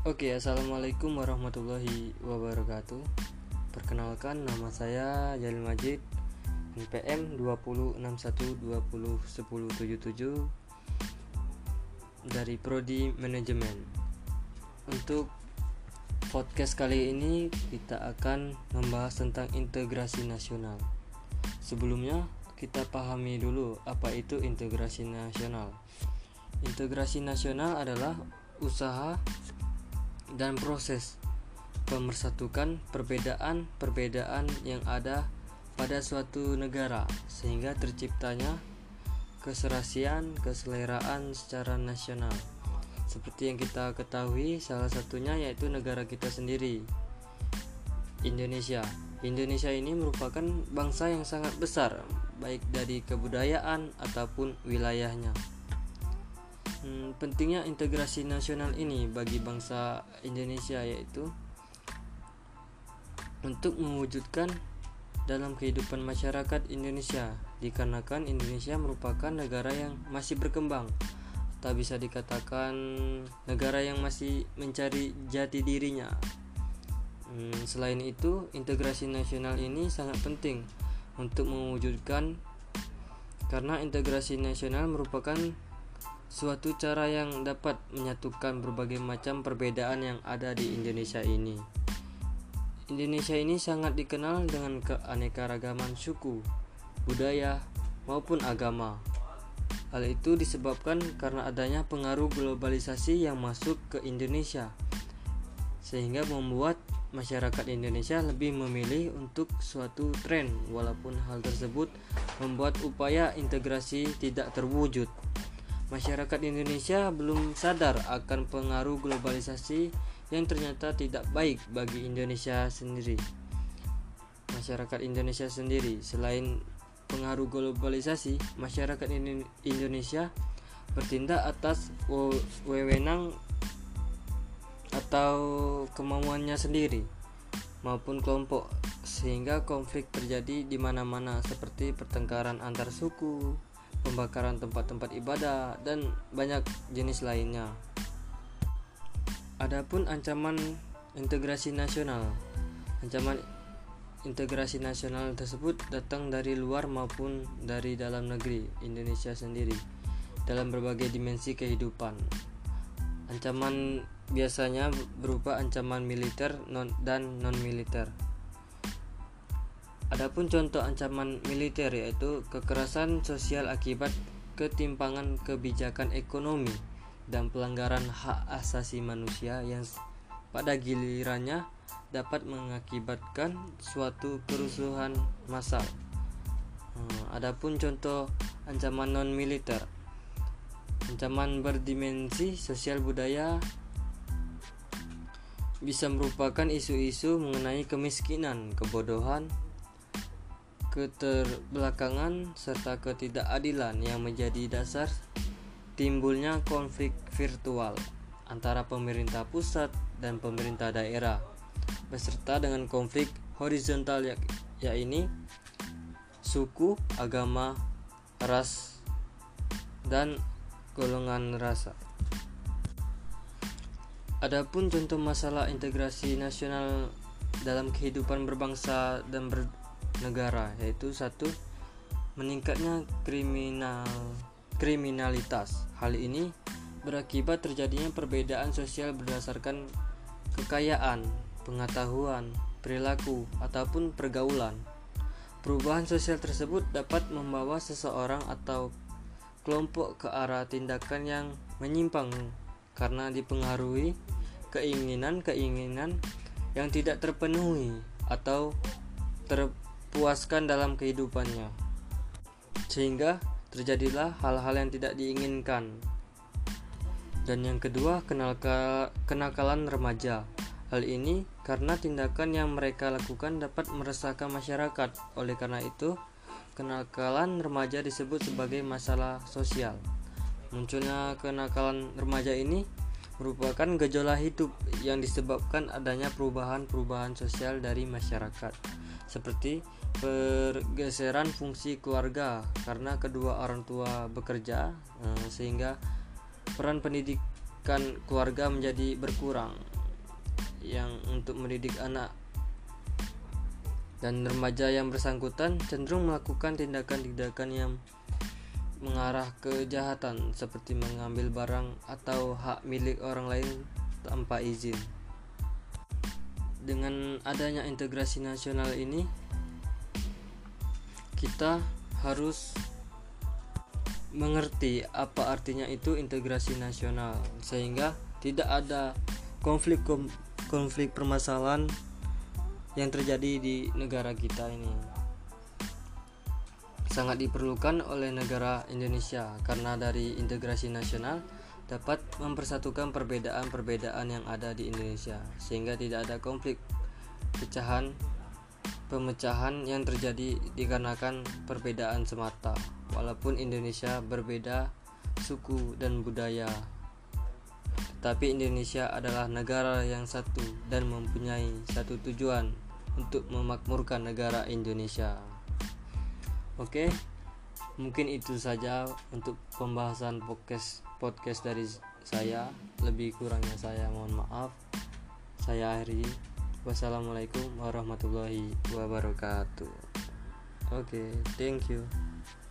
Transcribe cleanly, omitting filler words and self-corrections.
Assalamualaikum warahmatullahi wabarakatuh. Perkenalkan, nama saya Jalil Majid, NPM 2061201077 dari Prodi Manajemen. Untuk podcast kali ini kita akan membahas tentang integrasi nasional. Sebelumnya kita pahami dulu apa itu integrasi nasional. Integrasi nasional adalah usaha dan proses pemersatukan perbedaan-perbedaan yang ada pada suatu negara sehingga terciptanya keserasian, keseleraan secara nasional. Seperti yang kita ketahui, salah satunya yaitu negara kita sendiri, Indonesia. Indonesia ini merupakan bangsa yang sangat besar, baik dari kebudayaan ataupun wilayahnya. Pentingnya integrasi nasional ini bagi bangsa Indonesia yaitu untuk mewujudkan dalam kehidupan masyarakat Indonesia, dikarenakan Indonesia merupakan negara yang masih berkembang, tak bisa dikatakan negara yang masih mencari jati dirinya. Selain itu, integrasi nasional ini sangat penting untuk mewujudkan, karena integrasi nasional merupakan suatu cara yang dapat menyatukan berbagai macam perbedaan yang ada di Indonesia ini. Indonesia ini sangat dikenal dengan keanekaragaman suku, budaya, maupun agama. Hal itu disebabkan karena adanya pengaruh globalisasi yang masuk ke Indonesia, sehingga membuat masyarakat Indonesia lebih memilih untuk suatu tren, walaupun hal tersebut membuat upaya integrasi tidak terwujud. Masyarakat Indonesia belum sadar akan pengaruh globalisasi yang ternyata tidak baik bagi Indonesia sendiri. Masyarakat Indonesia sendiri, selain pengaruh globalisasi, masyarakat Indonesia bertindak atas wewenang atau kemauannya sendiri maupun kelompok, sehingga konflik terjadi di mana-mana seperti pertengkaran antar suku, pembakaran tempat-tempat ibadah, dan banyak jenis lainnya. Adapun ancaman integrasi nasional. Ancaman integrasi nasional tersebut datang dari luar maupun dari dalam negeri Indonesia sendiri dalam berbagai dimensi kehidupan. Ancaman biasanya berupa ancaman militer dan non-militer. Adapun contoh ancaman militer yaitu kekerasan sosial akibat ketimpangan kebijakan ekonomi dan pelanggaran hak asasi manusia yang pada gilirannya dapat mengakibatkan suatu kerusuhan massal. Adapun contoh ancaman non-militer, ancaman berdimensi sosial budaya bisa merupakan isu-isu mengenai kemiskinan, kebodohan, keterbelakangan, serta ketidakadilan yang menjadi dasar timbulnya konflik virtual antara pemerintah pusat dan pemerintah daerah, beserta dengan konflik horizontal yaitu suku, agama, ras, dan golongan rasa. Adapun contoh masalah integrasi nasional dalam kehidupan berbangsa dan bernegara yaitu 1. Meningkatnya kriminalitas. Hal ini berakibat terjadinya perbedaan sosial berdasarkan kekayaan, pengetahuan, perilaku, ataupun pergaulan. Perubahan sosial tersebut dapat membawa seseorang atau kelompok ke arah tindakan yang menyimpang karena dipengaruhi keinginan-keinginan yang tidak terpenuhi atau terpuaskan dalam kehidupannya, sehingga terjadilah hal-hal yang tidak diinginkan. Dan yang kedua, kenakalan remaja. Hal ini karena tindakan yang mereka lakukan dapat meresahkan masyarakat. Oleh karena itu, kenakalan remaja disebut sebagai masalah sosial. Munculnya kenakalan remaja ini merupakan gejolak hidup yang disebabkan adanya perubahan-perubahan sosial dari masyarakat, seperti pergeseran fungsi keluarga karena kedua orang tua bekerja, sehingga peran pendidikan keluarga menjadi berkurang. yang untuk mendidik anak dan remaja yang bersangkutan cenderung melakukan tindakan-tindakan yang mengarah ke kejahatan seperti mengambil barang atau hak milik orang lain tanpa izin. Dengan adanya integrasi nasional ini, kita harus mengerti apa artinya itu integrasi nasional, sehingga tidak ada konflik permasalahan yang terjadi di negara kita ini. Sangat diperlukan oleh negara Indonesia karena dari integrasi nasional dapat mempersatukan perbedaan-perbedaan yang ada di Indonesia, sehingga tidak ada konflik pemecahan yang terjadi dikarenakan perbedaan semata. Walaupun Indonesia berbeda suku dan budaya, tetapi Indonesia adalah negara yang satu dan mempunyai satu tujuan untuk memakmurkan negara Indonesia. Oke, mungkin itu saja untuk pembahasan podcast dari saya. Lebih kurangnya saya mohon maaf. Saya akhiri. Wassalamualaikum warahmatullahi wabarakatuh. Oke, thank you.